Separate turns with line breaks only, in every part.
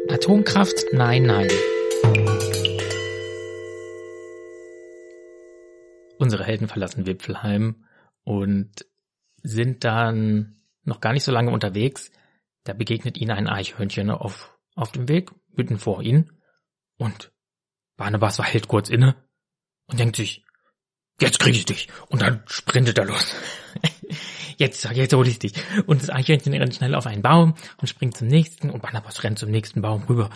Atomkraft? Nein, nein. Unsere Helden verlassen Wipfelheim und sind dann noch gar nicht so lange unterwegs. Da begegnet ihnen ein Eichhörnchen auf dem Weg, mitten vor ihnen. Und Barnabas hält kurz inne und denkt sich, jetzt krieg ich dich. Und dann sprintet er los. Jetzt hol ich dich. Und das Eichhörnchen rennt schnell auf einen Baum und springt zum nächsten. Und Barnabas rennt zum nächsten Baum rüber.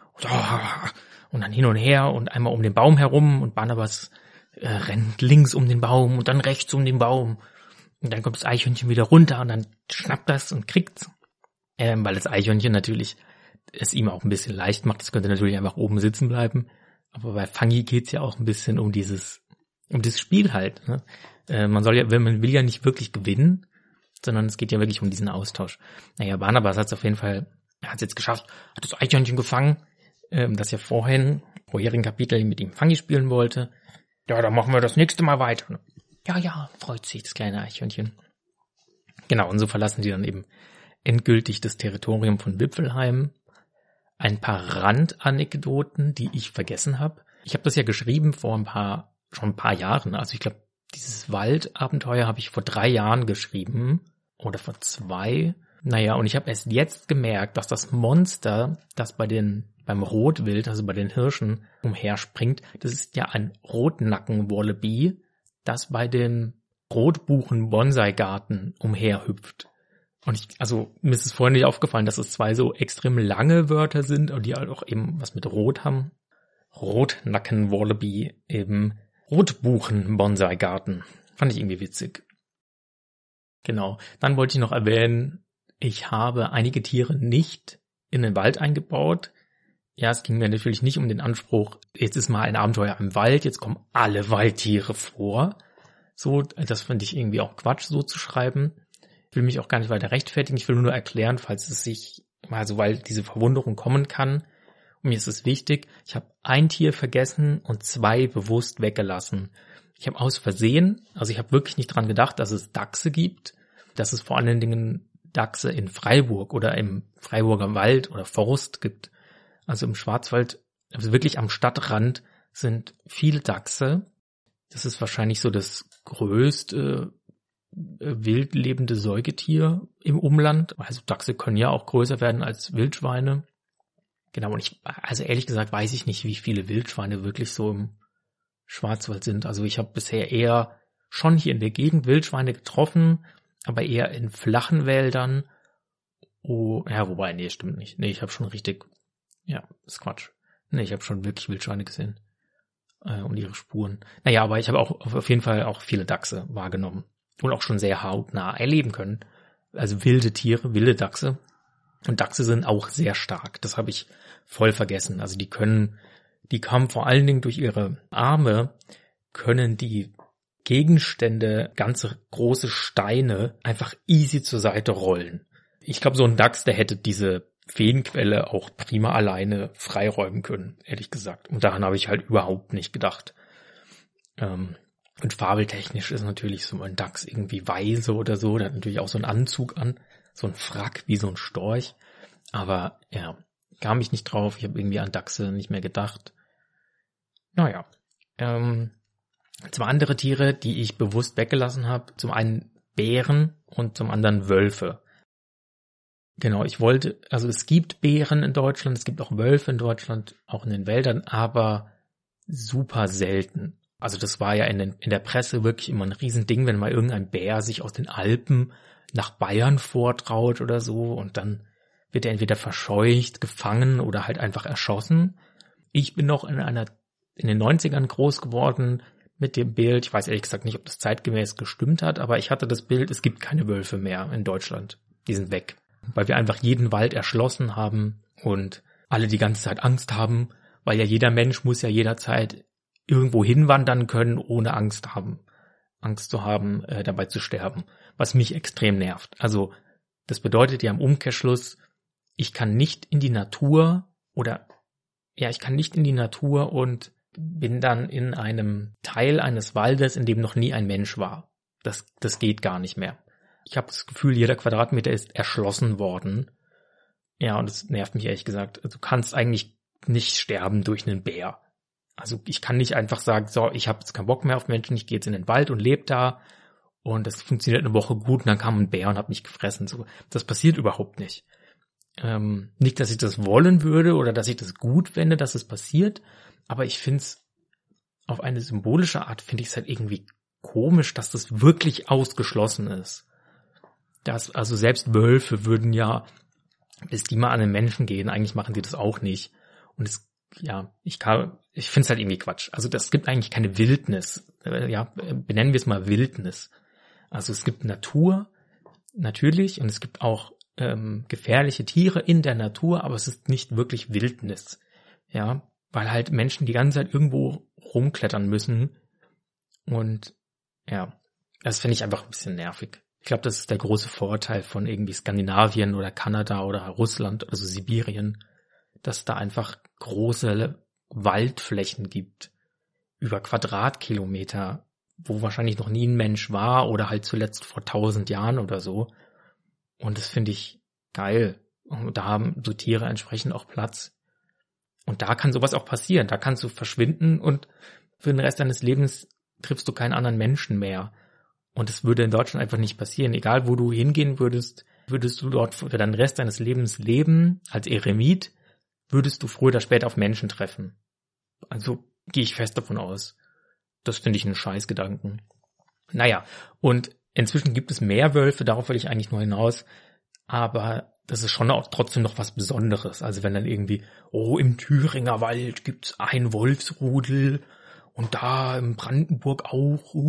Und dann hin und her und einmal um den Baum herum. Und Barnabas rennt links um den Baum und dann rechts um den Baum. Und dann kommt das Eichhörnchen wieder runter und dann schnappt das und kriegt's. Weil das Eichhörnchen natürlich es ihm auch ein bisschen leicht macht. Das könnte natürlich einfach oben sitzen bleiben. Aber bei Fangi geht's ja auch ein bisschen um dieses Spiel halt. Ne? Man will ja nicht wirklich gewinnen, sondern es geht ja wirklich um diesen Austausch. Naja, Barnabas hat es auf jeden Fall, er hat es jetzt geschafft, hat das Eichhörnchen gefangen, das ja vorherigen Kapitel mit ihm Fangi spielen wollte. Ja, dann machen wir das nächste Mal weiter. Ja, freut sich das kleine Eichhörnchen. Genau, und so verlassen die dann eben endgültig das Territorium von Wipfelheim. Ein paar Randanekdoten, die ich vergessen habe. Ich habe das ja geschrieben vor schon ein paar Jahren. Also ich glaube, dieses Waldabenteuer habe ich vor 3 Jahren geschrieben. Oder vor 2. Naja, und ich habe erst jetzt gemerkt, dass das Monster, das beim Rotwild, also bei den Hirschen, umherspringt, das ist ja ein Rotnacken-Wallaby, das bei dem Rotbuchen-Bonsai-Garten umherhüpft. Und mir ist es vorhin nicht aufgefallen, dass es 2 so extrem lange Wörter sind und die halt auch eben was mit Rot haben. Rotnacken-Wallaby im Rotbuchen-Bonsai-Garten. Fand ich irgendwie witzig. Genau. Dann wollte ich noch erwähnen, ich habe einige Tiere nicht in den Wald eingebaut. Ja, es ging mir natürlich nicht um den Anspruch, jetzt ist mal ein Abenteuer im Wald, jetzt kommen alle Waldtiere vor. So, das finde ich irgendwie auch Quatsch, so zu schreiben. Ich will mich auch gar nicht weiter rechtfertigen, ich will nur erklären, weil diese Verwunderung kommen kann. Und mir ist es wichtig, ich habe ein Tier vergessen und 2 bewusst weggelassen. Ich habe aus Versehen, ich habe wirklich nicht dran gedacht, dass es Dachse gibt, dass es vor allen Dingen Dachse in Freiburg oder im Freiburger Wald oder Forst gibt. Also im Schwarzwald, also wirklich am Stadtrand sind viele Dachse. Das ist wahrscheinlich so das größte wildlebende Säugetier im Umland. Also Dachse können ja auch größer werden als Wildschweine. Genau, und ehrlich gesagt weiß ich nicht, wie viele Wildschweine wirklich so im Schwarzwald sind. Also ich habe bisher eher schon hier in der Gegend Wildschweine getroffen, aber eher in flachen Wäldern. Oh, ja, wobei, nee, stimmt nicht. Nee, ich habe schon richtig, ja, ist Quatsch. Nee, ich habe schon wirklich Wildschweine gesehen und ihre Spuren. Naja, aber ich habe auch auf jeden Fall auch viele Dachse wahrgenommen und auch schon sehr hautnah erleben können. Also wilde Tiere, wilde Dachse. Und Dachse sind auch sehr stark. Das habe ich voll vergessen. Also die kamen vor allen Dingen durch ihre Arme, können die Gegenstände, ganze große Steine einfach easy zur Seite rollen. Ich glaube, so ein Dachs, der hätte diese Feenquelle auch prima alleine freiräumen können, ehrlich gesagt. Und daran habe ich halt überhaupt nicht gedacht. Und fabeltechnisch ist natürlich so ein Dachs irgendwie weise oder so. Der hat natürlich auch so einen Anzug an, so ein Frack wie so ein Storch. Aber ja, kam ich nicht drauf. Ich habe irgendwie an Dachse nicht mehr gedacht. Naja, 2 andere Tiere, die ich bewusst weggelassen habe. Zum einen Bären und zum anderen Wölfe. Genau, es gibt Bären in Deutschland, es gibt auch Wölfe in Deutschland, auch in den Wäldern, aber super selten. Also das war ja in der Presse wirklich immer ein Riesending, wenn mal irgendein Bär sich aus den Alpen nach Bayern vortraut oder so und dann wird er entweder verscheucht, gefangen oder halt einfach erschossen. Ich bin noch in den 90ern groß geworden mit dem Bild, ich weiß ehrlich gesagt nicht, ob das zeitgemäß gestimmt hat, aber ich hatte das Bild, es gibt keine Wölfe mehr in Deutschland. Die sind weg. Weil wir einfach jeden Wald erschlossen haben und alle die ganze Zeit Angst haben, weil ja jeder Mensch muss ja jederzeit irgendwo hinwandern können, ohne Angst zu haben, dabei zu sterben, was mich extrem nervt. Also das bedeutet ja im Umkehrschluss, ich kann nicht in die Natur und bin dann in einem Teil eines Waldes, in dem noch nie ein Mensch war. Das geht gar nicht mehr. Ich habe das Gefühl, jeder Quadratmeter ist erschlossen worden Ja, und das nervt mich ehrlich gesagt. Also du kannst eigentlich nicht sterben durch einen Bär. Also ich kann nicht einfach sagen, so, ich habe jetzt keinen Bock mehr auf Menschen, ich gehe jetzt in den Wald und lebe da und das funktioniert eine Woche gut und dann kam ein Bär und hat mich gefressen. So, das passiert überhaupt nicht. Nicht, dass ich das wollen würde oder dass ich das gut fände, dass es passiert, aber ich finde es auf eine symbolische Art, finde ich es halt irgendwie komisch, dass das wirklich ausgeschlossen ist. Also selbst Wölfe würden ja, bis die mal an den Menschen gehen, eigentlich machen die das auch nicht. Und ich finde es halt irgendwie Quatsch. Also das gibt eigentlich keine Wildnis. Benennen wir es mal Wildnis. Also es gibt Natur, natürlich, und es gibt auch gefährliche Tiere in der Natur, aber es ist nicht wirklich Wildnis. Ja, weil halt Menschen die ganze Zeit irgendwo rumklettern müssen. Und ja, das finde ich einfach ein bisschen nervig. Ich glaube, das ist der große Vorteil von irgendwie Skandinavien oder Kanada oder Russland, also Sibirien, dass es da einfach große Waldflächen gibt, über Quadratkilometer, wo wahrscheinlich noch nie ein Mensch war oder halt zuletzt vor 1000 Jahren oder so. Und das finde ich geil. Und da haben so Tiere entsprechend auch Platz. Und da kann sowas auch passieren. Da kannst du verschwinden und für den Rest deines Lebens triffst du keinen anderen Menschen mehr. Und es würde in Deutschland einfach nicht passieren. Egal, wo du hingehen würdest du dort für den Rest deines Lebens leben, als Eremit, würdest du früher oder später auf Menschen treffen. Also gehe ich fest davon aus. Das finde ich einen Scheißgedanken. Naja, und inzwischen gibt es mehr Wölfe, darauf will ich eigentlich nur hinaus. Aber das ist schon auch trotzdem noch was Besonderes. Also wenn dann irgendwie, im Thüringer Wald gibt's ein Wolfsrudel und da in Brandenburg auch, so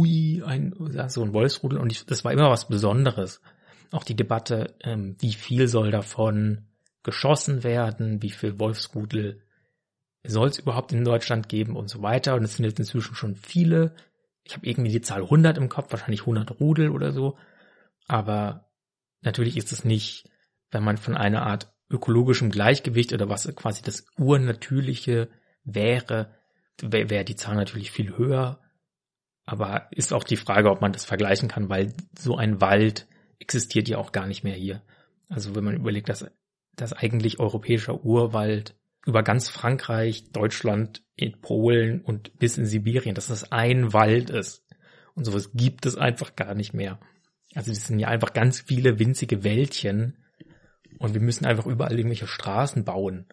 ein Wolfsrudel. Und das war immer was Besonderes. Auch die Debatte, wie viel soll davon geschossen werden, wie viel Wolfsrudel soll es überhaupt in Deutschland geben und so weiter. Und es sind jetzt inzwischen schon viele. Ich habe irgendwie die Zahl 100 im Kopf, wahrscheinlich 100 Rudel oder so. Aber natürlich ist es nicht, wenn man von einer Art ökologischem Gleichgewicht oder was quasi das Urnatürliche wäre die Zahl natürlich viel höher. Aber ist auch die Frage, ob man das vergleichen kann, weil so ein Wald existiert ja auch gar nicht mehr hier. Also wenn man überlegt, dass eigentlich europäischer Urwald über ganz Frankreich, Deutschland, in Polen und bis in Sibirien, dass das ein Wald ist. Und sowas gibt es einfach gar nicht mehr. Also das sind ja einfach ganz viele winzige Wäldchen und wir müssen einfach überall irgendwelche Straßen bauen.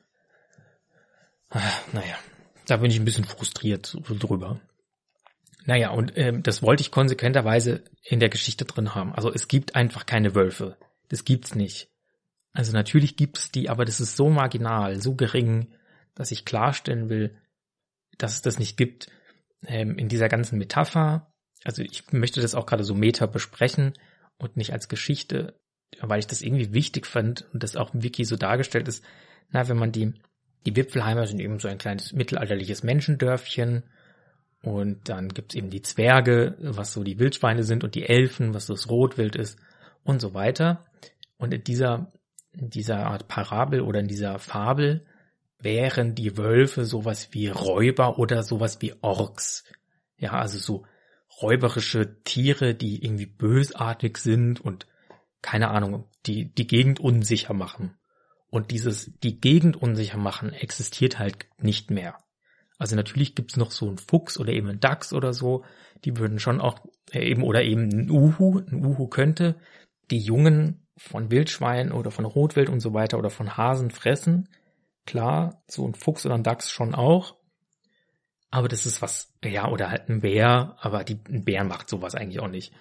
Naja, da bin ich ein bisschen frustriert so drüber. Naja, und das wollte ich konsequenterweise in der Geschichte drin haben. Also es gibt einfach keine Wölfe. Das gibt's nicht. Also natürlich gibt es die, aber das ist so marginal, so gering, dass ich klarstellen will, dass es das nicht gibt. In dieser ganzen Metapher, also ich möchte das auch gerade so meta besprechen und nicht als Geschichte, weil ich das irgendwie wichtig fand und das auch im Wiki so dargestellt ist. Wenn man die Wipfelheimer sind eben so ein kleines mittelalterliches Menschendörfchen und dann gibt's eben die Zwerge, was so die Wildschweine sind und die Elfen, was so das Rotwild ist und so weiter. Und in dieser Art Parabel oder in dieser Fabel wären die Wölfe sowas wie Räuber oder sowas wie Orks. Ja, also so räuberische Tiere, die irgendwie bösartig sind und keine Ahnung, die Gegend unsicher machen. Und die Gegend unsicher machen existiert halt nicht mehr. Also natürlich gibt's noch so einen Fuchs oder eben einen Dachs oder so, die würden schon auch eben ein Uhu könnte die Jungen von Wildschwein oder von Rotwild und so weiter oder von Hasen fressen. Klar, so ein Fuchs oder ein Dachs schon auch. Aber das ist was, oder halt ein Bär, aber ein Bär macht sowas eigentlich auch nicht.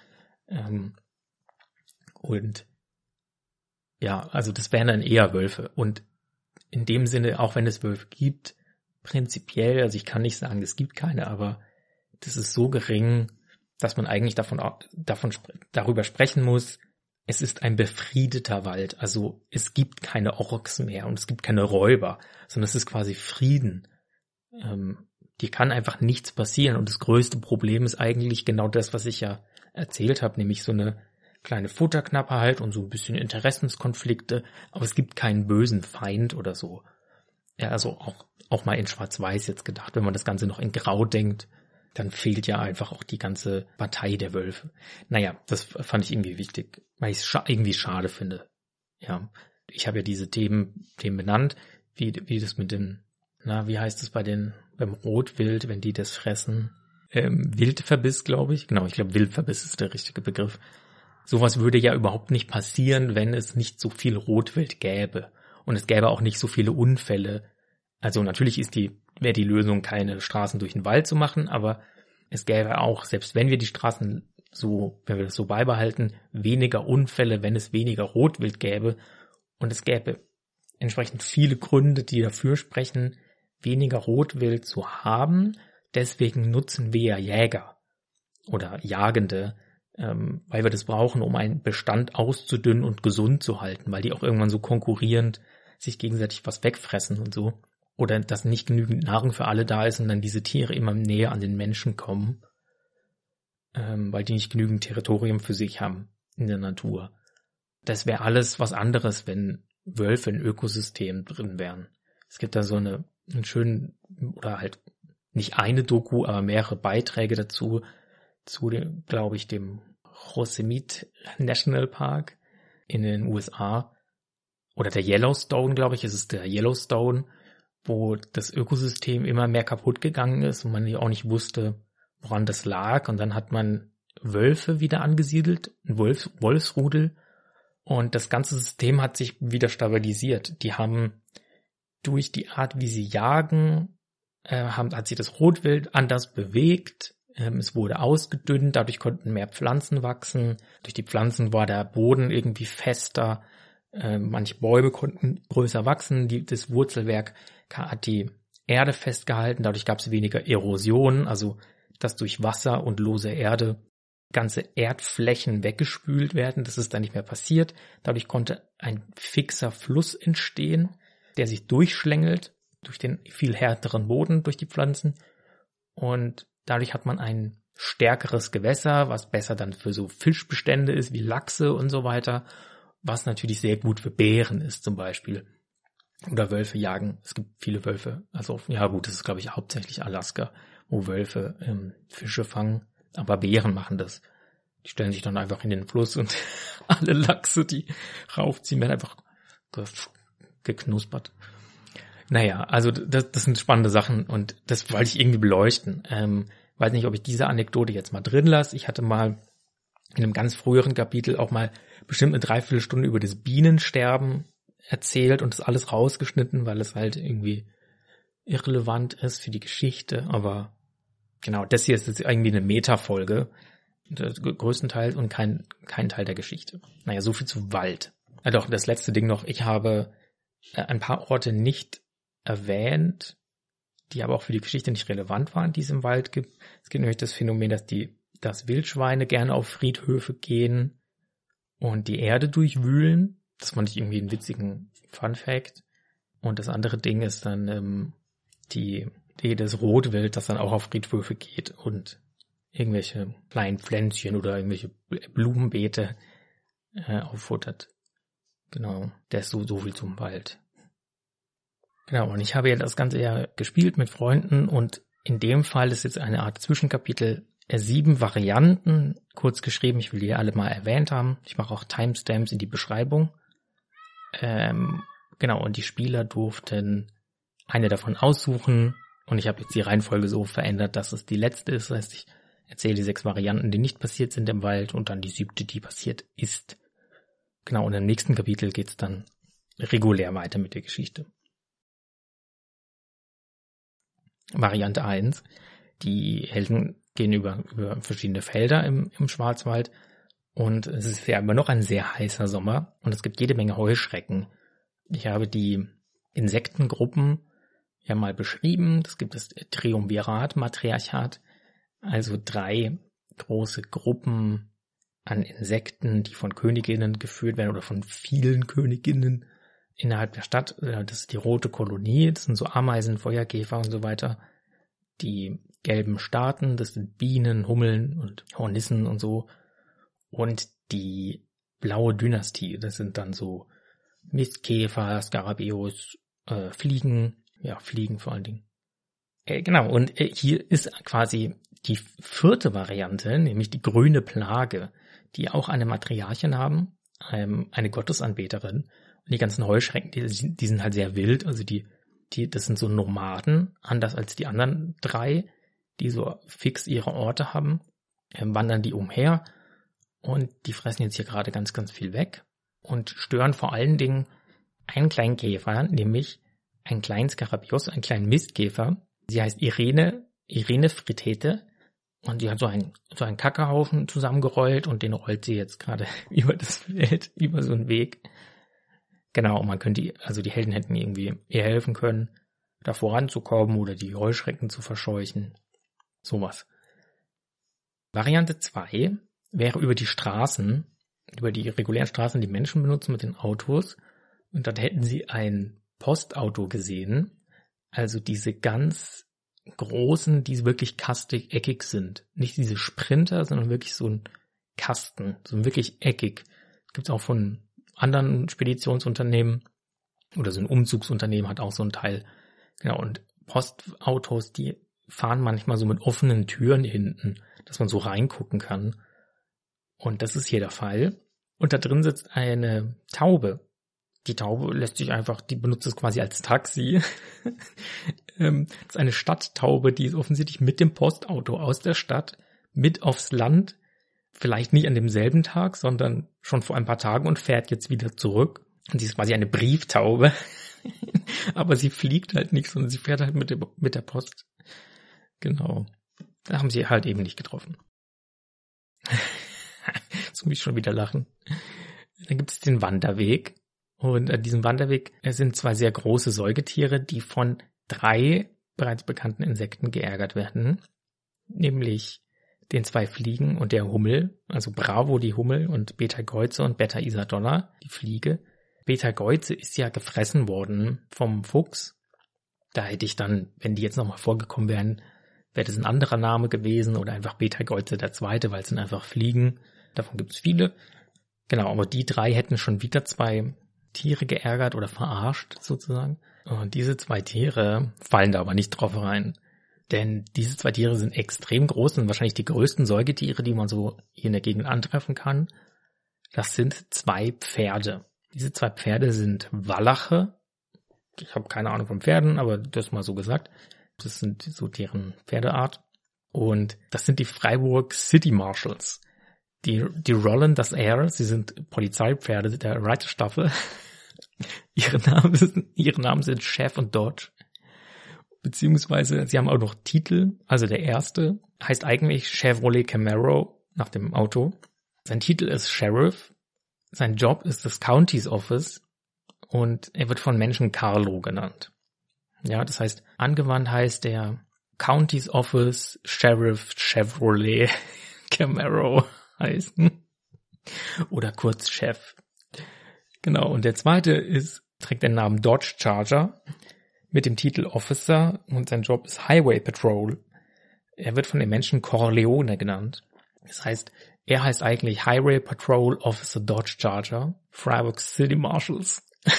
Also das wären dann eher Wölfe. Und in dem Sinne, auch wenn es Wölfe gibt, prinzipiell, also ich kann nicht sagen, es gibt keine, aber das ist so gering, dass man eigentlich darüber sprechen muss, es ist ein befriedeter Wald. Also es gibt keine Orks mehr und es gibt keine Räuber, sondern es ist quasi Frieden. Die kann einfach nichts passieren. Und das größte Problem ist eigentlich genau das, was ich ja erzählt habe, nämlich so eine kleine Futterknappheit und so ein bisschen Interessenskonflikte. Aber es gibt keinen bösen Feind oder so. Ja, also auch mal in Schwarz-Weiß jetzt gedacht. Wenn man das Ganze noch in Grau denkt, dann fehlt ja einfach auch die ganze Partei der Wölfe. Naja, das fand ich irgendwie wichtig, weil ich es irgendwie schade finde. Ja, Ich habe ja diese Themen benannt, wie das mit dem, wie heißt es beim Rotwild, wenn die das fressen? Wildverbiss, glaube ich. Genau, ich glaube, Wildverbiss ist der richtige Begriff. Sowas würde ja überhaupt nicht passieren, wenn es nicht so viel Rotwild gäbe. Und es gäbe auch nicht so viele Unfälle. Also natürlich wäre die Lösung, keine Straßen durch den Wald zu machen, aber es gäbe auch, selbst wenn wir die Straßen wenn wir das so beibehalten, weniger Unfälle, wenn es weniger Rotwild gäbe. Und es gäbe entsprechend viele Gründe, die dafür sprechen, weniger Rotwild zu haben. Deswegen nutzen wir ja Jäger oder Jagende, weil wir das brauchen, um einen Bestand auszudünnen und gesund zu halten, weil die auch irgendwann so konkurrierend sich gegenseitig was wegfressen und so. Oder dass nicht genügend Nahrung für alle da ist und dann diese Tiere immer näher an den Menschen kommen, weil die nicht genügend Territorium für sich haben in der Natur. Das wäre alles was anderes, wenn Wölfe in Ökosystemen drin wären. Es gibt da so einen schönen, oder halt nicht eine Doku, aber mehrere Beiträge dazu, zu dem, glaube ich, dem Yosemite National Park in den USA. Oder der Yellowstone, glaube ich, es ist der Yellowstone, wo das Ökosystem immer mehr kaputt gegangen ist und man ja auch nicht wusste, woran das lag. Und dann hat man Wölfe wieder angesiedelt, ein Wolfsrudel. Und das ganze System hat sich wieder stabilisiert. Die haben durch die Art, wie sie jagen, hat sich das Rotwild anders bewegt. Es wurde ausgedünnt, dadurch konnten mehr Pflanzen wachsen. Durch die Pflanzen war der Boden irgendwie fester. Manche Bäume konnten größer wachsen. Das Wurzelwerk hat die Erde festgehalten. Dadurch gab es weniger Erosion, also dass durch Wasser und lose Erde ganze Erdflächen weggespült werden. Das ist dann nicht mehr passiert. Dadurch konnte ein fixer Fluss entstehen, der sich durchschlängelt durch den viel härteren Boden, durch die Pflanzen. Und dadurch hat man ein stärkeres Gewässer, was besser dann für so Fischbestände ist, wie Lachse und so weiter, was natürlich sehr gut für Bären ist zum Beispiel. Oder Wölfe jagen. Es gibt viele Wölfe. Also ja gut, das ist glaube ich hauptsächlich Alaska, wo Wölfe Fische fangen. Aber Bären machen das. Die stellen sich dann einfach in den Fluss und alle Lachse, die raufziehen, werden einfach geknuspert. Naja, also das sind spannende Sachen und das wollte ich irgendwie beleuchten. Weiß nicht, ob ich diese Anekdote jetzt mal drin lasse. Ich hatte mal in einem ganz früheren Kapitel auch mal bestimmt eine 3/4 Stunde über das Bienensterben erzählt und das alles rausgeschnitten, weil es halt irgendwie irrelevant ist für die Geschichte. Aber genau, das hier ist jetzt irgendwie eine Meta-Folge, größtenteils, und kein Teil der Geschichte. Naja, so viel zu Wald. Ja doch, das letzte Ding noch. Ich habe ein paar Orte nicht erwähnt, die aber auch für die Geschichte nicht relevant waren, die es im Wald gibt. Es gibt nämlich das Phänomen, dass Wildschweine gerne auf Friedhöfe gehen und die Erde durchwühlen. Das fand ich irgendwie einen witzigen Fun-Fact. Und das andere Ding ist dann das Rotwild, das dann auch auf Friedhöfe geht und irgendwelche kleinen Pflänzchen oder irgendwelche Blumenbeete auffuttert. Genau, das ist so viel zum Wald. Genau, und ich habe ja das Ganze ja gespielt mit Freunden und in dem Fall ist jetzt eine Art Zwischenkapitel, 7 Varianten, kurz geschrieben, ich will die alle mal erwähnt haben. Ich mache auch Timestamps in die Beschreibung. Genau, und die Spieler durften eine davon aussuchen und ich habe jetzt die Reihenfolge so verändert, dass es die letzte ist. Das heißt, ich erzähle die 6 Varianten, die nicht passiert sind im Wald und dann die 7., die passiert ist. Genau, und im nächsten Kapitel geht's dann regulär weiter mit der Geschichte. Variante 1. Die Helden gehen über verschiedene Felder im Schwarzwald und es ist ja immer noch ein sehr heißer Sommer und es gibt jede Menge Heuschrecken. Ich habe die Insektengruppen ja mal beschrieben. Es gibt das Triumvirat, Matriarchat, also 3 große Gruppen an Insekten, die von Königinnen geführt werden oder von vielen Königinnen innerhalb der Stadt. Das ist die rote Kolonie, das sind so Ameisen, Feuerkäfer und so weiter. Die gelben Staaten, das sind Bienen, Hummeln und Hornissen und so. Und die blaue Dynastie, das sind dann so Mistkäfer, Skarabäus, Fliegen, ja, Fliegen vor allen Dingen. Genau, und hier ist quasi die 4. Variante, nämlich die grüne Plage, die auch eine Matriarchin haben. eine Gottesanbeterin. Und die ganzen Heuschrecken, die sind halt sehr wild. Also das sind so Nomaden, anders als die anderen 3, die so fix ihre Orte haben, wandern die umher. Und die fressen jetzt hier gerade ganz, ganz viel weg und stören vor allen Dingen einen kleinen Käfer, nämlich einen kleinen Skarabius, einen kleinen Mistkäfer. Sie heißt Irene Fritete. Und die hat so einen Kackehaufen zusammengerollt und den rollt sie jetzt gerade über das Feld, über so einen Weg. Genau, man könnte, die Helden hätten irgendwie ihr helfen können, da voranzukommen oder die Heuschrecken zu verscheuchen. Sowas. Variante 2 wäre über die Straßen, über die regulären Straßen, die Menschen benutzen mit den Autos. Und dann hätten sie ein Postauto gesehen. Also diese ganz großen, die wirklich eckig sind. Nicht diese Sprinter, sondern wirklich so ein Kasten, so wirklich eckig. Gibt's auch von anderen Speditionsunternehmen oder so ein Umzugsunternehmen hat auch so ein Teil. Genau, und Postautos, die fahren manchmal so mit offenen Türen hinten, dass man so reingucken kann. Und das ist hier der Fall. Und da drin sitzt eine Taube. Die Taube die benutzt es quasi als Taxi. Das ist eine Stadttaube, die ist offensichtlich mit dem Postauto aus der Stadt mit aufs Land. Vielleicht nicht an demselben Tag, sondern schon vor ein paar Tagen und fährt jetzt wieder zurück. Und sie ist quasi eine Brieftaube. Aber sie fliegt halt nicht, sondern sie fährt halt mit der Post. Genau. Da haben sie halt eben nicht getroffen. Jetzt muss ich schon wieder lachen. Dann gibt es den Wanderweg. Und an diesem Wanderweg sind 2 sehr große Säugetiere, die von 3 bereits bekannten Insekten geärgert werden. Nämlich den 2 Fliegen und der Hummel. Also Bravo, die Hummel, und Betelgeuse und Beta Isadonna, die Fliege. Betelgeuse ist ja gefressen worden vom Fuchs. Da hätte ich dann, wenn die jetzt nochmal vorgekommen wären, wäre das ein anderer Name gewesen oder einfach Betelgeuse der 2., weil es sind einfach Fliegen. Davon gibt es viele. Genau, aber die 3 hätten schon wieder 2 Tiere geärgert oder verarscht sozusagen. Und diese 2 Tiere fallen da aber nicht drauf rein. Denn diese 2 Tiere sind extrem groß und wahrscheinlich die größten Säugetiere, die man so hier in der Gegend antreffen kann. Das sind 2 Pferde. Diese 2 Pferde sind Wallache. Ich habe keine Ahnung von Pferden, aber das mal so gesagt. Das sind so deren Pferdeart. Und das sind die Freiburg City Marshals. Die rollen das Air. Sie sind Polizeipferde der Reiterstaffel. Ihre Namen sind Chef und Dodge. Beziehungsweise sie haben auch noch Titel. Also der erste heißt eigentlich Chevrolet Camaro nach dem Auto. Sein Titel ist Sheriff. Sein Job ist das County's Office. Und er wird von Menschen Carlo genannt. Ja, das heißt, angewandt heißt der County's Office Sheriff Chevrolet Camaro heißen. Oder kurz Chef. Genau, und der zweite trägt den Namen Dodge Charger mit dem Titel Officer und sein Job ist Highway Patrol. Er wird von den Menschen Corleone genannt. Das heißt, er heißt eigentlich Highway Patrol Officer Dodge Charger, Freiburg City Marshals.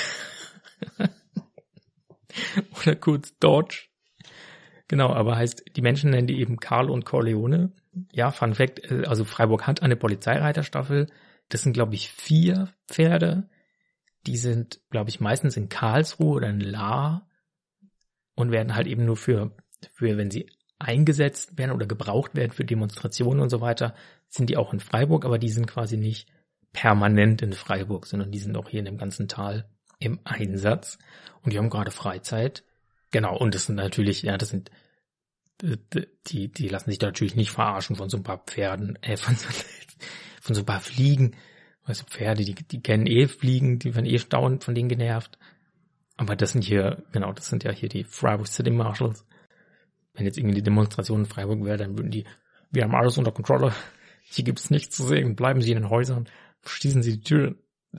Oder kurz Dodge. Genau, aber heißt, die Menschen nennen die eben Carlo und Corleone. Ja, Fun Fact, also Freiburg hat eine Polizeireiterstaffel. Das sind, glaube ich, 4 Pferde. Die sind, glaube ich, meistens in Karlsruhe oder in Lahr und werden halt eben nur für wenn sie eingesetzt werden oder gebraucht werden für Demonstrationen und so weiter, sind die auch in Freiburg, aber die sind quasi nicht permanent in Freiburg, sondern die sind auch hier in dem ganzen Tal im Einsatz und die haben gerade Freizeit. Genau, und das sind natürlich, ja, das sind die lassen sich da natürlich nicht verarschen von so ein paar Pferden, von so ein paar Fliegen. Weißt du, Pferde, die kennen Fliegen, die werden staunend von denen genervt. Aber das sind ja hier die Freiburg City Marshals. Wenn jetzt irgendwie die Demonstration in Freiburg wäre, dann würden wir haben alles unter Kontrolle. Hier gibt's nichts zu sehen. Bleiben Sie in den Häusern. Schließen Sie die Türen.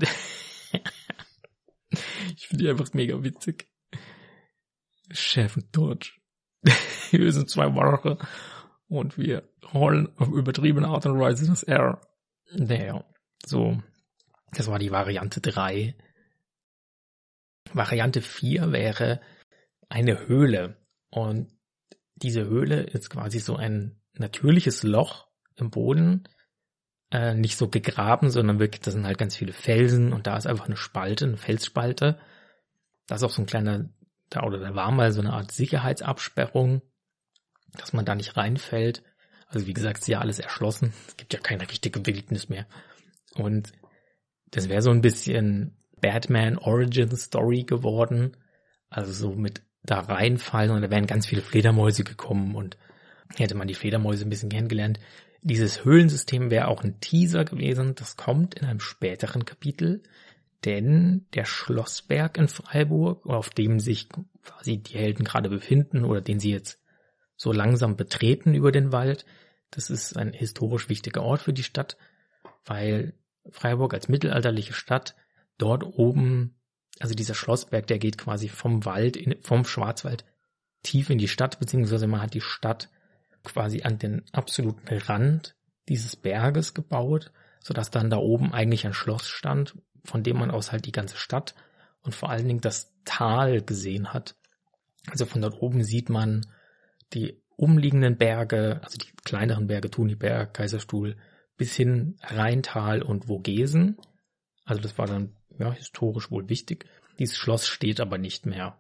Ich finde die einfach mega witzig. Chef und Dodge. Wir sind 2 Wache und wir rollen auf übertriebene Art und Weise das Air. Naja, so. Das war die Variante 3. Variante 4 wäre eine Höhle. Und diese Höhle ist quasi so ein natürliches Loch im Boden, nicht so gegraben, sondern wirklich, das sind halt ganz viele Felsen und da ist einfach eine Spalte, eine Felsspalte. Da ist auch so ein kleiner, da war mal so eine Art Sicherheitsabsperrung, dass man da nicht reinfällt. Also wie gesagt, ist ja alles erschlossen. Es gibt ja keine richtige Wildnis mehr. Und das wäre so ein bisschen Batman Origin Story geworden. Also so mit da reinfallen und da wären ganz viele Fledermäuse gekommen und hätte man die Fledermäuse ein bisschen kennengelernt. Dieses Höhlensystem wäre auch ein Teaser gewesen. Das kommt in einem späteren Kapitel, denn der Schlossberg in Freiburg, auf dem sich quasi die Helden gerade befinden oder den sie jetzt so langsam betreten über den Wald, das ist ein historisch wichtiger Ort für die Stadt, weil Freiburg als mittelalterliche Stadt dort oben, also dieser Schlossberg, der geht quasi vom Schwarzwald tief in die Stadt, beziehungsweise man hat die Stadt quasi an den absoluten Rand dieses Berges gebaut, sodass dann da oben eigentlich ein Schloss stand, von dem man aus halt die ganze Stadt und vor allen Dingen das Tal gesehen hat. Also von dort oben sieht man die umliegenden Berge, also die kleineren Berge, Thuniberg, Kaiserstuhl, bis hin Rheintal und Vogesen. Also das war dann historisch wohl wichtig. Dieses Schloss steht aber nicht mehr.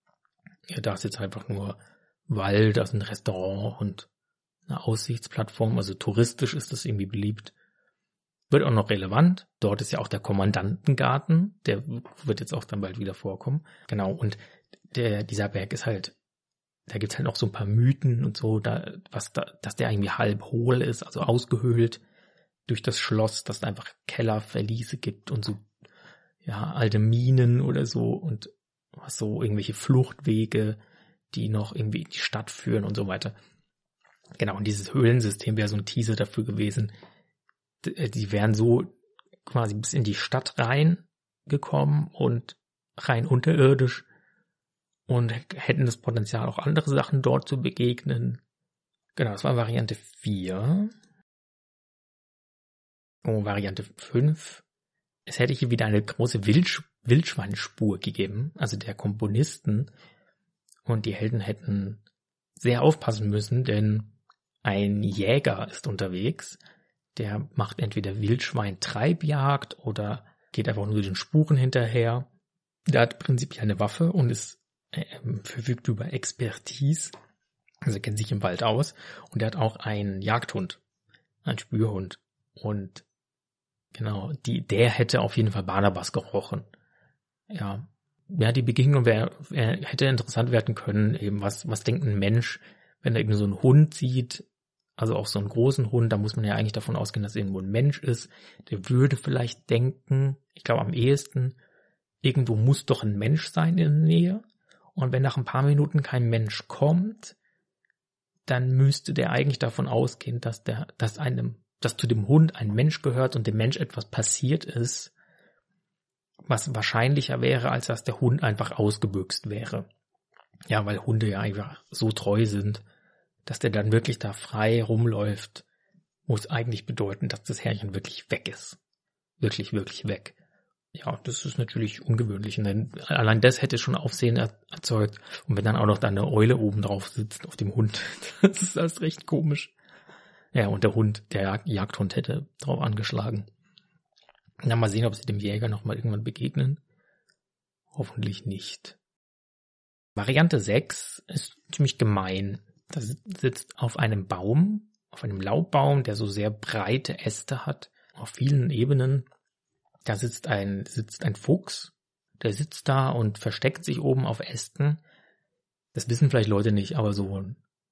Ja, da ist jetzt einfach nur Wald, da ist ein Restaurant und eine Aussichtsplattform. Also touristisch ist das irgendwie beliebt. Wird auch noch relevant. Dort ist ja auch der Kommandantengarten. Der wird jetzt auch dann bald wieder vorkommen. Genau, und dieser Berg ist halt, da gibt's halt noch so ein paar Mythen und so, dass der irgendwie halb hohl ist, also ausgehöhlt durch das Schloss, dass es einfach Kellerverliese gibt und so, alte Minen oder so und was so irgendwelche Fluchtwege, die noch irgendwie in die Stadt führen und so weiter. Genau, und dieses Höhlensystem wäre so ein Teaser dafür gewesen. Die wären so quasi bis in die Stadt reingekommen und rein unterirdisch und hätten das Potenzial, auch andere Sachen dort zu begegnen. Genau, das war Variante 4. Oh, Variante 5. Es hätte hier wieder eine große Wildschweinspur gegeben, also der Komponisten. Und die Helden hätten sehr aufpassen müssen, denn ein Jäger ist unterwegs. Der macht entweder Wildschwein-Treibjagd oder geht einfach nur den Spuren hinterher. Der hat prinzipiell eine Waffe und verfügt über Expertise. Also kennt sich im Wald aus. Und der hat auch einen Jagdhund, einen Spürhund. Und genau, der hätte auf jeden Fall Barnabas gerochen. Ja, die Begegnung hätte interessant werden können, eben was denkt ein Mensch, wenn er irgendwie so einen Hund sieht, also auch so einen großen Hund, da muss man ja eigentlich davon ausgehen, dass irgendwo ein Mensch ist, der würde vielleicht denken, ich glaube am ehesten, irgendwo muss doch ein Mensch sein in der Nähe und wenn nach ein paar Minuten kein Mensch kommt, dann müsste der eigentlich davon ausgehen, dass zu dem Hund ein Mensch gehört und dem Mensch etwas passiert ist, was wahrscheinlicher wäre, als dass der Hund einfach ausgebüxt wäre. Ja, weil Hunde ja einfach so treu sind, dass der dann wirklich da frei rumläuft, muss eigentlich bedeuten, dass das Herrchen wirklich weg ist. Wirklich, wirklich weg. Ja, das ist natürlich ungewöhnlich. Und allein das hätte schon Aufsehen erzeugt. Und wenn dann auch noch da eine Eule oben drauf sitzt auf dem Hund, das ist alles recht komisch. Ja, und der Jagdhund hätte drauf angeschlagen. Na, mal sehen, ob sie dem Jäger nochmal irgendwann begegnen. Hoffentlich nicht. Variante 6 ist ziemlich gemein. Da sitzt auf einem Baum, auf einem Laubbaum, der so sehr breite Äste hat, auf vielen Ebenen. Da sitzt ein Fuchs, der sitzt da und versteckt sich oben auf Ästen. Das wissen vielleicht Leute nicht, aber so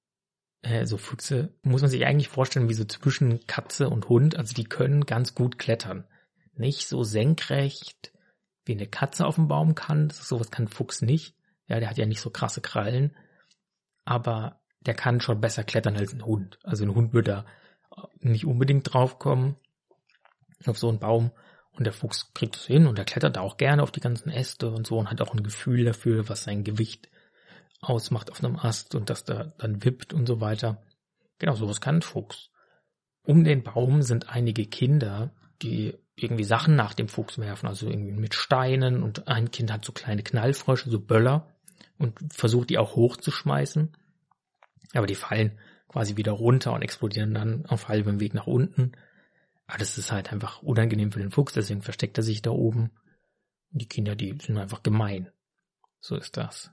Füchse muss man sich eigentlich vorstellen wie so zwischen Katze und Hund. Also die können ganz gut klettern. Nicht so senkrecht, wie eine Katze auf dem Baum kann. Sowas kann ein Fuchs nicht. Ja, der hat ja nicht so krasse Krallen. Aber der kann schon besser klettern als ein Hund. Also ein Hund würde da nicht unbedingt draufkommen auf so einen Baum. Und der Fuchs kriegt es hin und er klettert da auch gerne auf die ganzen Äste und so und hat auch ein Gefühl dafür, was sein Gewicht ausmacht auf einem Ast und dass der dann wippt und so weiter. Genau, sowas kann ein Fuchs. Um den Baum sind einige Kinder, die irgendwie Sachen nach dem Fuchs werfen, also irgendwie mit Steinen und ein Kind hat so kleine Knallfrösche, so Böller und versucht die auch hochzuschmeißen. Aber die fallen quasi wieder runter und explodieren dann auf halbem Weg nach unten. Aber das ist halt einfach unangenehm für den Fuchs, deswegen versteckt er sich da oben. Und die Kinder, die sind einfach gemein. So ist das.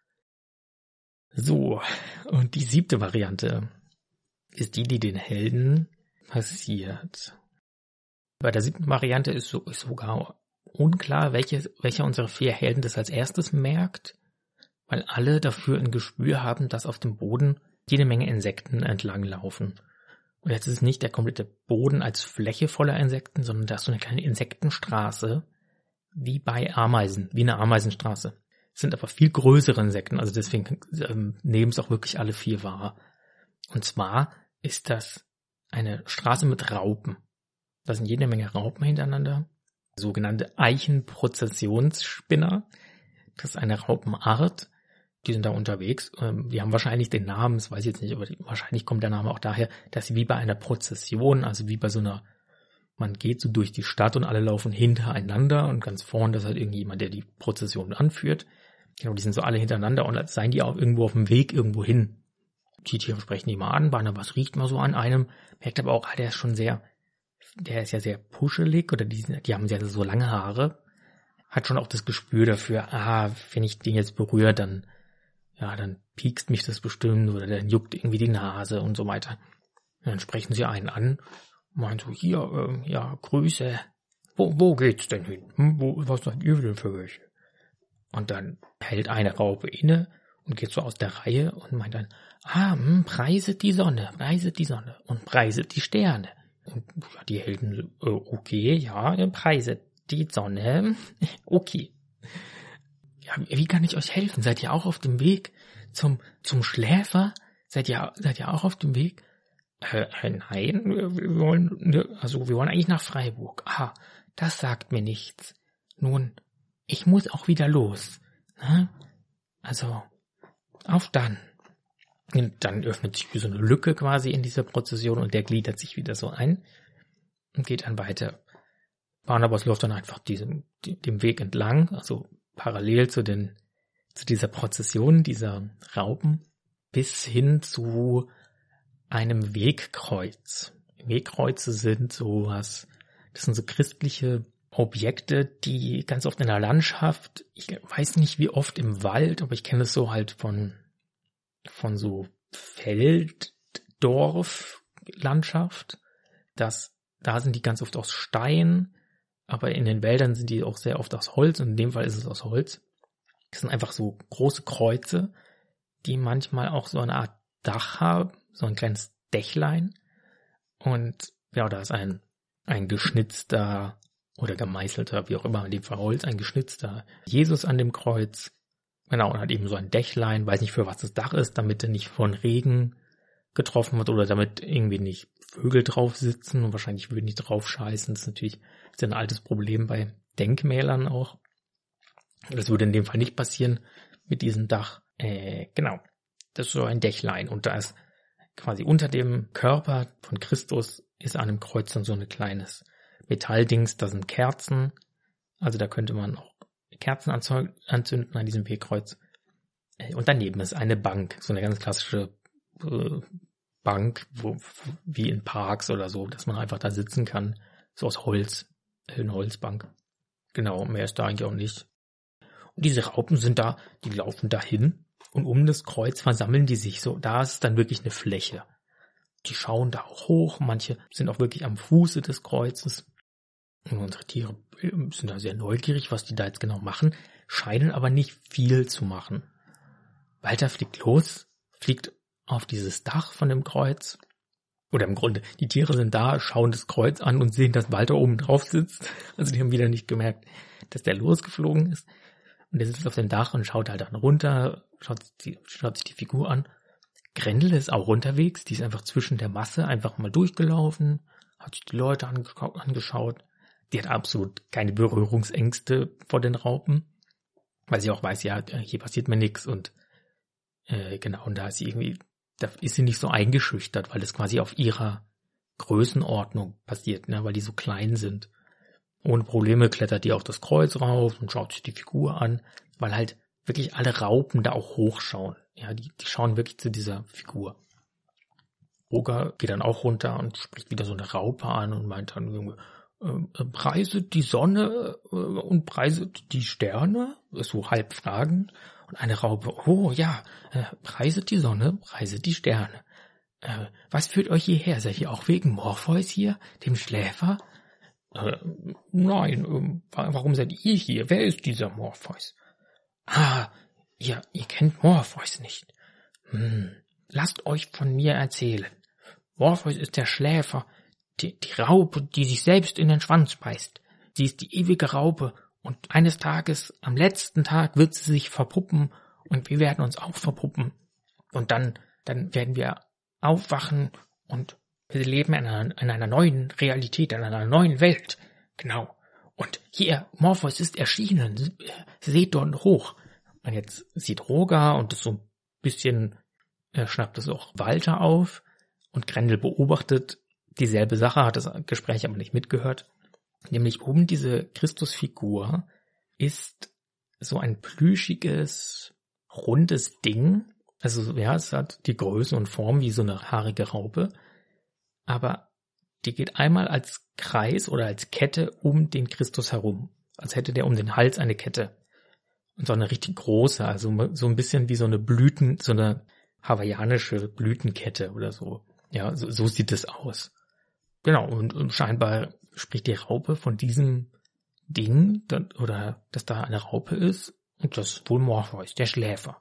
So, und die 7. Variante ist die den Helden passiert. Bei der 7. Variante ist sogar unklar, welcher unserer 4 Helden das als erstes merkt, weil alle dafür ein Gespür haben, dass auf dem Boden jede Menge Insekten entlanglaufen. Und jetzt ist es nicht der komplette Boden als Fläche voller Insekten, sondern da ist so eine kleine Insektenstraße, wie bei Ameisen, wie eine Ameisenstraße. Es sind aber viel größere Insekten, also deswegen nehmen es auch wirklich alle 4 wahr. Und zwar ist das eine Straße mit Raupen. Da sind jede Menge Raupen hintereinander, sogenannte Eichenprozessionsspinner. Das ist eine Raupenart, die sind da unterwegs. Die haben wahrscheinlich den Namen, das weiß ich jetzt nicht, aber wahrscheinlich kommt der Name auch daher, dass sie wie bei einer Prozession, also wie bei so einer, man geht so durch die Stadt und alle laufen hintereinander und ganz vorne ist halt irgendjemand, der die Prozession anführt. Genau, die sind so alle hintereinander und als seien die auch irgendwo auf dem Weg irgendwo hin. Die Tiere sprechen die mal an, was riecht man so an einem, merkt aber auch, der ist ja sehr puschelig oder die haben sehr so lange Haare, hat schon auch das Gespür dafür, wenn ich den jetzt berühre, dann piekst mich das bestimmt oder dann juckt irgendwie die Nase und so weiter. Und dann sprechen sie einen an und meinen so, hier, Grüße, wo geht's denn hin? Was seid ihr denn für welche? Und dann hält eine Raupe inne und geht so aus der Reihe und meint dann, preiset die Sonne und preiset die Sterne. Und die Helden, okay, ja, preiset die Sonne, okay. Ja, wie kann ich euch helfen? Seid ihr auch auf dem Weg zum Schläfer? Seid ihr auch auf dem Weg? Nein, wir wollen eigentlich nach Freiburg. Das sagt mir nichts. Nun, ich muss auch wieder los. Ne? Also, auf dann. Und dann öffnet sich so eine Lücke quasi in dieser Prozession und der gliedert sich wieder so ein und geht dann weiter. Barnabas läuft dann einfach dem Weg entlang, also parallel zu dieser Prozession dieser Raupen bis hin zu einem Wegkreuz. Wegkreuze sind das sind so christliche Objekte, die ganz oft in der Landschaft, ich weiß nicht wie oft im Wald, aber ich kenne es so halt von so Felddorflandschaft, da sind die ganz oft aus Stein, aber in den Wäldern sind die auch sehr oft aus Holz und in dem Fall ist es aus Holz. Das sind einfach so große Kreuze, die manchmal auch so eine Art Dach haben, so ein kleines Dächlein und ja, da ist ein geschnitzter oder gemeißelter, wie auch immer, in dem Fall Holz, ein geschnitzter Jesus an dem Kreuz. Genau, und hat eben so ein Dächlein, weiß nicht für was das Dach ist, damit er nicht von Regen getroffen wird oder damit irgendwie nicht Vögel drauf sitzen und wahrscheinlich würden die drauf scheißen. Das ist natürlich ein altes Problem bei Denkmälern auch. Das würde in dem Fall nicht passieren mit diesem Dach. Genau, das ist so ein Dächlein und da ist quasi unter dem Körper von Christus ist an dem Kreuz dann so ein kleines Metalldings, da sind Kerzen, also da könnte man auch Kerzen anzünden an diesem Wegkreuz. Und daneben ist eine Bank, so eine ganz klassische Bank, wie in Parks oder so, dass man einfach da sitzen kann, so aus Holz, eine Holzbank. Genau, mehr ist da eigentlich auch nicht. Und diese Raupen sind da, die laufen dahin und um das Kreuz versammeln die sich so, da ist dann wirklich eine Fläche. Die schauen da auch hoch, manche sind auch wirklich am Fuße des Kreuzes. Und unsere Tiere sind da sehr neugierig, was die da jetzt genau machen, scheinen aber nicht viel zu machen. Walter fliegt los, fliegt auf dieses Dach von dem Kreuz. Oder im Grunde, die Tiere sind da, schauen das Kreuz an und sehen, dass Walter oben drauf sitzt. Also die haben wieder nicht gemerkt, dass der losgeflogen ist. Und der sitzt auf dem Dach und schaut halt dann runter, schaut sich die Figur an. Grendel ist auch unterwegs, die ist einfach zwischen der Masse einfach mal durchgelaufen, hat sich die Leute angeschaut. Die hat absolut keine Berührungsängste vor den Raupen, weil sie auch weiß, ja, hier passiert mir nichts und genau, und da ist sie nicht so eingeschüchtert, weil das quasi auf ihrer Größenordnung passiert, ne, weil die so klein sind. Ohne Probleme klettert die auf das Kreuz rauf und schaut sich die Figur an, weil halt wirklich alle Raupen da auch hochschauen. Ja, die schauen wirklich zu dieser Figur. Roger geht dann auch runter und spricht wieder so eine Raupe an und meint dann irgendwie, preiset die Sonne und preiset die Sterne, so halb fragend. Und eine Raupe, oh ja, preiset die Sonne, preiset die Sterne. Was führt euch hierher? Seid ihr auch wegen Morpheus hier, dem Schläfer? Nein, warum seid ihr hier? Wer ist dieser Morpheus? Ah, ihr kennt Morpheus nicht. Lasst euch von mir erzählen. Morpheus ist der Schläfer, die Raupe, die sich selbst in den Schwanz beißt. Sie ist die ewige Raupe und eines Tages, am letzten Tag, wird sie sich verpuppen und wir werden uns auch verpuppen. Und dann werden wir aufwachen und wir leben in einer neuen Realität, in einer neuen Welt. Genau. Und hier, Morpheus ist erschienen. Seht dort hoch. Und jetzt sieht Roger und ist so ein bisschen, schnappt es auch Walter auf und Grendel beobachtet dieselbe Sache, hat das Gespräch aber nicht mitgehört. Nämlich oben diese Christusfigur ist so ein plüschiges, rundes Ding. Also ja, es hat die Größe und Form wie so eine haarige Raupe. Aber die geht einmal als Kreis oder als Kette um den Christus herum. Als hätte der um den Hals eine Kette. Und so eine richtig große, also so ein bisschen wie so eine hawaiianische Blütenkette oder so. Ja, so sieht es aus. Genau, und scheinbar spricht die Raupe von diesem Ding, oder dass da eine Raupe ist, und das ist wohl Morpheus, der Schläfer.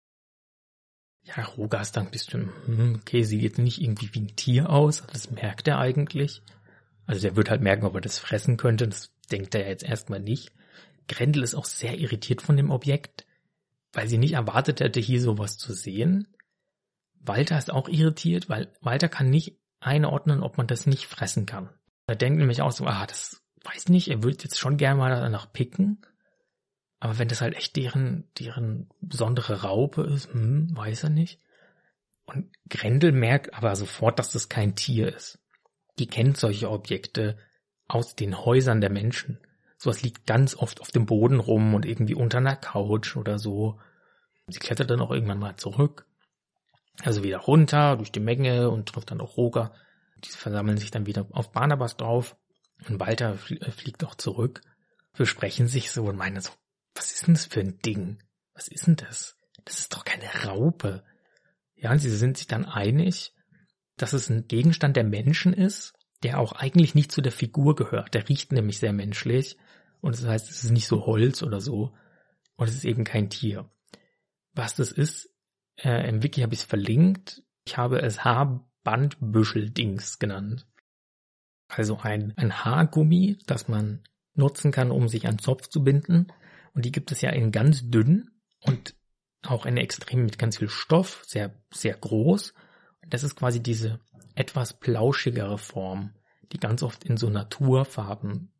Ja, Roger ist dann ein bisschen, okay, sieht jetzt nicht irgendwie wie ein Tier aus, das merkt er eigentlich. Also der wird halt merken, ob er das fressen könnte, das denkt er jetzt erstmal nicht. Grendel ist auch sehr irritiert von dem Objekt, weil sie nicht erwartet hätte, hier sowas zu sehen. Walter ist auch irritiert, weil Walter kann nicht einordnen, ob man das nicht fressen kann. Er denkt nämlich auch so, das weiß nicht, er würde jetzt schon gerne mal danach picken, aber wenn das halt echt deren besondere Raupe ist, weiß er nicht. Und Grendel merkt aber sofort, dass das kein Tier ist. Die kennt solche Objekte aus den Häusern der Menschen. Sowas liegt ganz oft auf dem Boden rum und irgendwie unter einer Couch oder so. Sie klettert dann auch irgendwann mal zurück. Also wieder runter durch die Menge und trifft dann auch Roger. Die versammeln sich dann wieder auf Barnabas drauf. Und Walter fliegt auch zurück. Wir sprechen sich so und meinen so, was ist denn das für ein Ding? Was ist denn das? Das ist doch keine Raupe. Ja, und sie sind sich dann einig, dass es ein Gegenstand der Menschen ist, der auch eigentlich nicht zu der Figur gehört. Der riecht nämlich sehr menschlich. Und das heißt, es ist nicht so Holz oder so. Und es ist eben kein Tier. Was das ist, im Wiki habe ich es verlinkt. Ich habe es Haarbandbüschel-Dings genannt. Also ein Haargummi, das man nutzen kann, um sich an den Zopf zu binden. Und die gibt es ja in ganz dünn und auch in extrem mit ganz viel Stoff, sehr, sehr groß. Und das ist quasi diese etwas plauschigere Form, die ganz oft in so Naturfarben,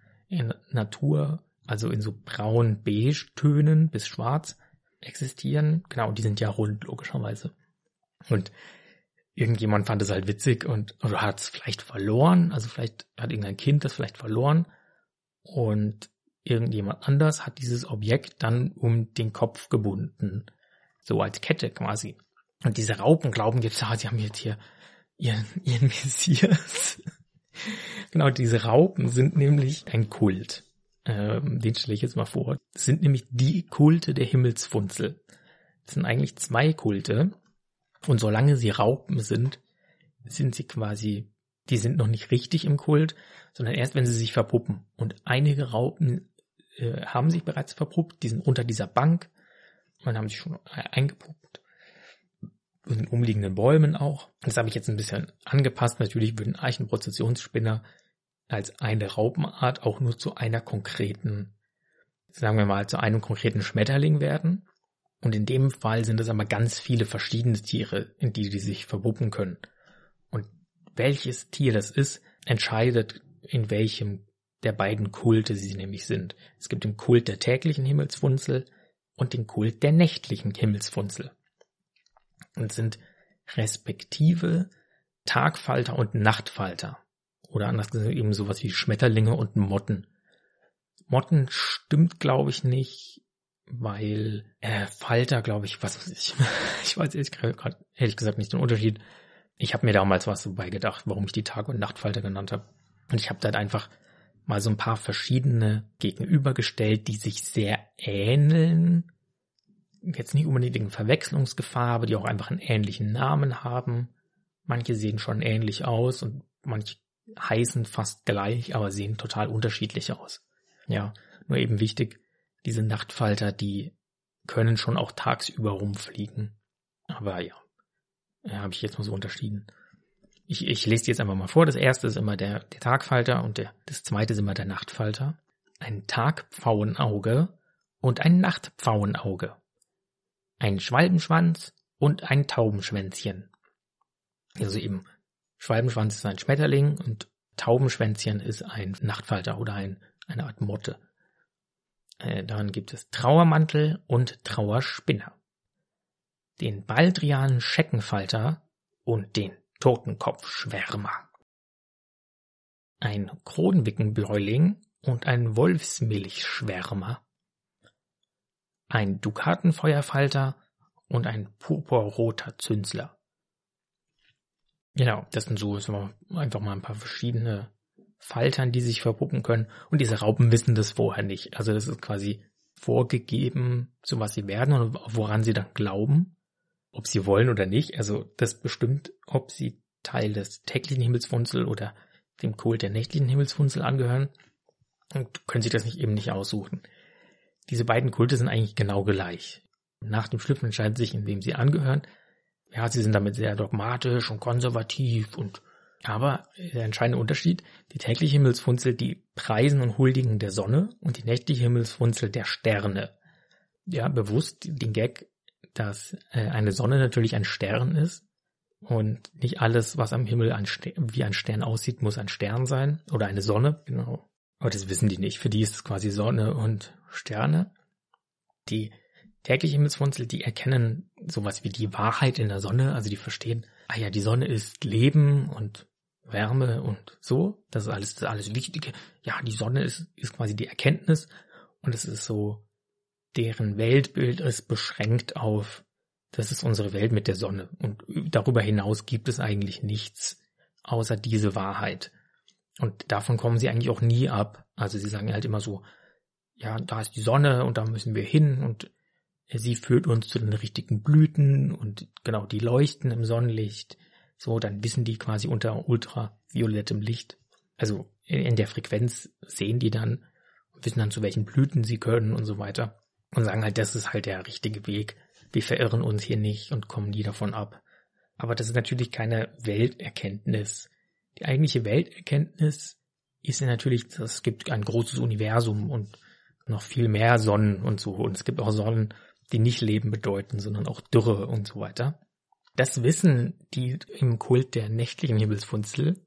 also in so braun-beige-Tönen bis schwarz existieren. Genau, die sind ja rund, logischerweise. Und irgendjemand fand es halt witzig oder hat es vielleicht verloren. Also vielleicht hat irgendein Kind das vielleicht verloren. Und irgendjemand anders hat dieses Objekt dann um den Kopf gebunden. So als Kette quasi. Und diese Raupen glauben jetzt, sie haben jetzt hier ihren Messias. Genau, diese Raupen sind nämlich ein Kult. Den stelle ich jetzt mal vor. Das sind nämlich die Kulte der Himmelsfunzel. Das sind eigentlich zwei Kulte. Und solange sie Raupen sind sie quasi, die sind noch nicht richtig im Kult, sondern erst, wenn sie sich verpuppen. Und einige Raupen haben sich bereits verpuppt, die sind unter dieser Bank und haben sich schon eingepuppt. In den umliegenden Bäumen auch. Das habe ich jetzt ein bisschen angepasst. Natürlich würden Eichenprozessionsspinner als eine Raupenart auch nur zu einer konkreten, sagen wir mal, zu einem konkreten Schmetterling werden. Und in dem Fall sind es aber ganz viele verschiedene Tiere, in die sich verpuppen können. Und welches Tier das ist, entscheidet, in welchem der beiden Kulte sie nämlich sind. Es gibt den Kult der täglichen Himmelsfunzel und den Kult der nächtlichen Himmelsfunzel. Und sind respektive Tagfalter und Nachtfalter. Oder anders gesagt eben sowas wie Schmetterlinge und Motten. Motten stimmt, glaube ich, nicht, weil Falter, glaube ich, was weiß ich. Ich weiß ehrlich gesagt nicht den Unterschied. Ich habe mir damals was so beigedacht, warum ich die Tag- und Nachtfalter genannt habe. Und ich habe dann einfach mal so ein paar verschiedene gegenübergestellt, die sich sehr ähneln. Jetzt nicht unbedingt in Verwechslungsgefahr, aber die auch einfach einen ähnlichen Namen haben. Manche sehen schon ähnlich aus und manche heißen fast gleich, aber sehen total unterschiedlich aus. Ja, nur eben wichtig, diese Nachtfalter, die können schon auch tagsüber rumfliegen. Aber ja, habe ich jetzt mal so unterschieden. Ich lese die jetzt einfach mal vor. Das erste ist immer der Tagfalter und das zweite ist immer der Nachtfalter. Ein Tagpfauenauge und ein Nachtpfauenauge. Ein Schwalbenschwanz und ein Taubenschwänzchen. Also eben, Schwalbenschwanz ist ein Schmetterling und Taubenschwänzchen ist ein Nachtfalter oder eine Art Motte. Dann gibt es Trauermantel und Trauerspinner. Den Baldrian Scheckenfalter und den Totenkopfschwärmer. Ein Kronwickenbläuling und ein Wolfsmilchschwärmer. Ein Dukatenfeuerfalter und ein purpurroter Zünsler. Genau, das sind so einfach mal ein paar verschiedene Faltern, die sich verpuppen können. Und diese Raupen wissen das vorher nicht. Also das ist quasi vorgegeben, zu was sie werden und woran sie dann glauben, ob sie wollen oder nicht. Also das bestimmt, ob sie Teil des täglichen Himmelsfunzel oder dem Kult der nächtlichen Himmelsfunzel angehören. Und können sich das eben nicht aussuchen. Diese beiden Kulte sind eigentlich genau gleich. Nach dem Schlüpfen entscheiden sich, in wem sie angehören. Ja, sie sind damit sehr dogmatisch und konservativ aber der entscheidende Unterschied, die tägliche Himmelsfunzel, die preisen und huldigen der Sonne und die nächtliche Himmelsfunzel der Sterne. Ja, bewusst den Gag, dass eine Sonne natürlich ein Stern ist und nicht alles, was am Himmel wie ein Stern aussieht, muss ein Stern sein oder eine Sonne, genau. Aber das wissen die nicht. Für die ist es quasi Sonne und Sterne. Die tägliche Himmelsfunzel, die erkennen sowas wie die Wahrheit in der Sonne, also die verstehen, die Sonne ist Leben und Wärme und so, das ist alles Wichtige. Ja, die Sonne ist quasi die Erkenntnis und es ist so, deren Weltbild ist beschränkt auf, das ist unsere Welt mit der Sonne und darüber hinaus gibt es eigentlich nichts außer diese Wahrheit. Und davon kommen sie eigentlich auch nie ab. Also sie sagen halt immer so, ja, da ist die Sonne und da müssen wir hin und sie führt uns zu den richtigen Blüten und genau, die leuchten im Sonnenlicht. So, dann wissen die quasi unter ultraviolettem Licht. Also in der Frequenz sehen die dann und wissen dann, zu welchen Blüten sie können und so weiter. Und sagen halt, das ist halt der richtige Weg. Wir verirren uns hier nicht und kommen nie davon ab. Aber das ist natürlich keine Welterkenntnis. Die eigentliche Welterkenntnis ist ja natürlich, es gibt ein großes Universum und noch viel mehr Sonnen und so. Und es gibt auch Sonnen, die nicht Leben bedeuten, sondern auch Dürre und so weiter. Das wissen die im Kult der nächtlichen Himmelsfunzel.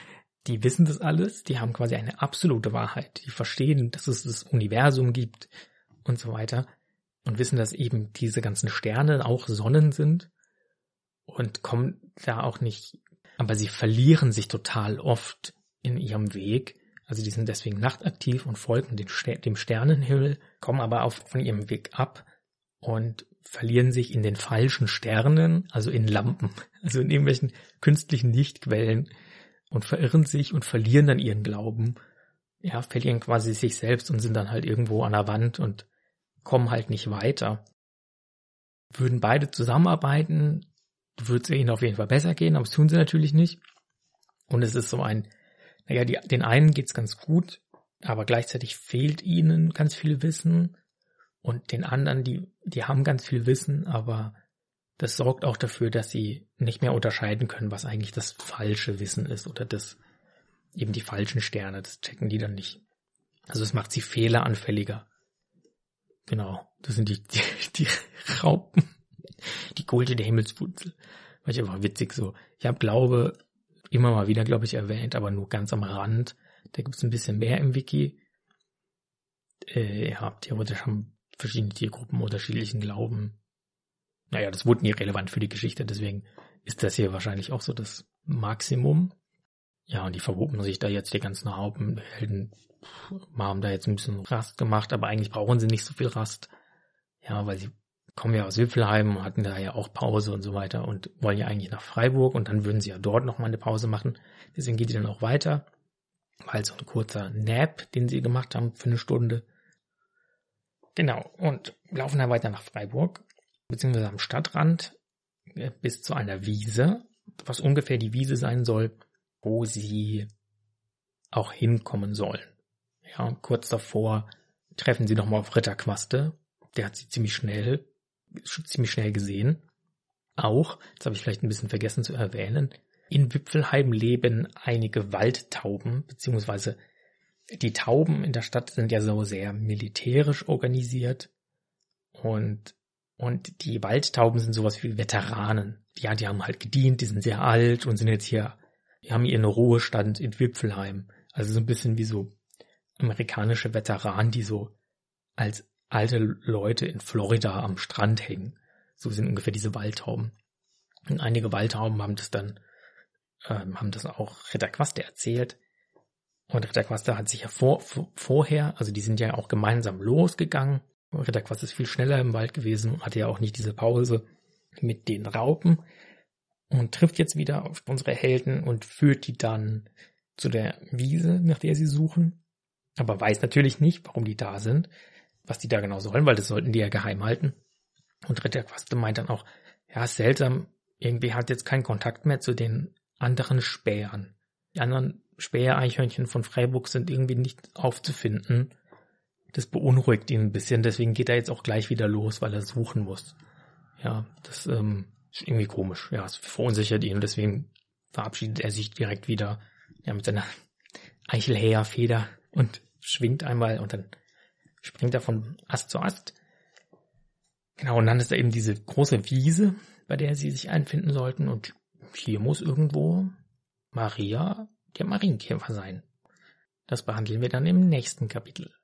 Die wissen das alles. Die haben quasi eine absolute Wahrheit. Die verstehen, dass es das Universum gibt und so weiter. Und wissen, dass eben diese ganzen Sterne auch Sonnen sind. Und kommen da auch nicht, aber sie verlieren sich total oft in ihrem Weg. Also die sind deswegen nachtaktiv und folgen dem Sternenhimmel, kommen aber von ihrem Weg ab und verlieren sich in den falschen Sternen, also in Lampen, also in irgendwelchen künstlichen Lichtquellen und verirren sich und verlieren dann ihren Glauben, ja, verlieren quasi sich selbst und sind dann halt irgendwo an der Wand und kommen halt nicht weiter. Würden beide zusammenarbeiten, würde es ihnen auf jeden Fall besser gehen, aber das tun sie natürlich nicht. Und es ist so den einen geht's ganz gut, aber gleichzeitig fehlt ihnen ganz viel Wissen. Und den anderen, die haben ganz viel Wissen, aber das sorgt auch dafür, dass sie nicht mehr unterscheiden können, was eigentlich das falsche Wissen ist oder eben die falschen Sterne, das checken die dann nicht. Also es macht sie fehleranfälliger. Genau, das sind die Raupen, die Kulte der Himmelsfunzel. War ich einfach witzig so. Ich habe Glaube immer mal wieder, glaube ich, erwähnt, aber nur ganz am Rand. Da gibt es ein bisschen mehr im Wiki. Theoretisch haben verschiedene Tiergruppen unterschiedlichen Glauben. Naja, das wurde nie relevant für die Geschichte, deswegen ist das hier wahrscheinlich auch so das Maximum. Ja, und die verwuppen sich da jetzt, die ganzen Raupenhelden haben da jetzt ein bisschen Rast gemacht, aber eigentlich brauchen sie nicht so viel Rast. Ja, weil sie kommen ja aus Wipfelheim, hatten da ja auch Pause und so weiter und wollen ja eigentlich nach Freiburg und dann würden sie ja dort nochmal eine Pause machen. Deswegen geht die dann auch weiter. War halt so ein kurzer Nap, den sie gemacht haben für eine Stunde. Genau, und laufen dann weiter nach Freiburg, beziehungsweise am Stadtrand bis zu einer Wiese, was ungefähr die Wiese sein soll, wo sie auch hinkommen sollen. Ja, kurz davor treffen sie nochmal auf Ritter Quaste. Der hat sie ziemlich schnell gesehen. Auch, das habe ich vielleicht ein bisschen vergessen zu erwähnen, in Wipfelheim leben einige Waldtauben, beziehungsweise die Tauben in der Stadt sind ja so sehr militärisch organisiert und die Waldtauben sind sowas wie Veteranen. Ja, die haben halt gedient, die sind sehr alt und sind jetzt hier, die haben ihren Ruhestand in Wipfelheim. Also so ein bisschen wie so amerikanische Veteranen, die so als alte Leute in Florida am Strand hängen. So sind ungefähr diese Waldtauben. Und einige Waldtauben haben das auch Ritter Quaste erzählt. Und Ritter Quaste hat sich ja vorher, also die sind ja auch gemeinsam losgegangen. Ritter Quaste ist viel schneller im Wald gewesen und hatte ja auch nicht diese Pause mit den Raupen und trifft jetzt wieder auf unsere Helden und führt die dann zu der Wiese, nach der sie suchen. Aber weiß natürlich nicht, warum die da sind, was die da genau sollen, weil das sollten die ja geheim halten. Und Ritter Quaste meint dann auch, ja, ist seltsam, irgendwie hat jetzt keinen Kontakt mehr zu den anderen Spähern. Die anderen Späher-Eichhörnchen von Freiburg sind irgendwie nicht aufzufinden. Das beunruhigt ihn ein bisschen, deswegen geht er jetzt auch gleich wieder los, weil er suchen muss. Ja, das ist irgendwie komisch. Ja, es verunsichert ihn, deswegen verabschiedet er sich direkt wieder mit seiner Eichelhäherfeder und schwingt einmal und dann springt er von Ast zu Ast. Genau, und dann ist da eben diese große Wiese, bei der sie sich einfinden sollten und hier muss irgendwo Maria, der Marienkäfer, sein. Das behandeln wir dann im nächsten Kapitel.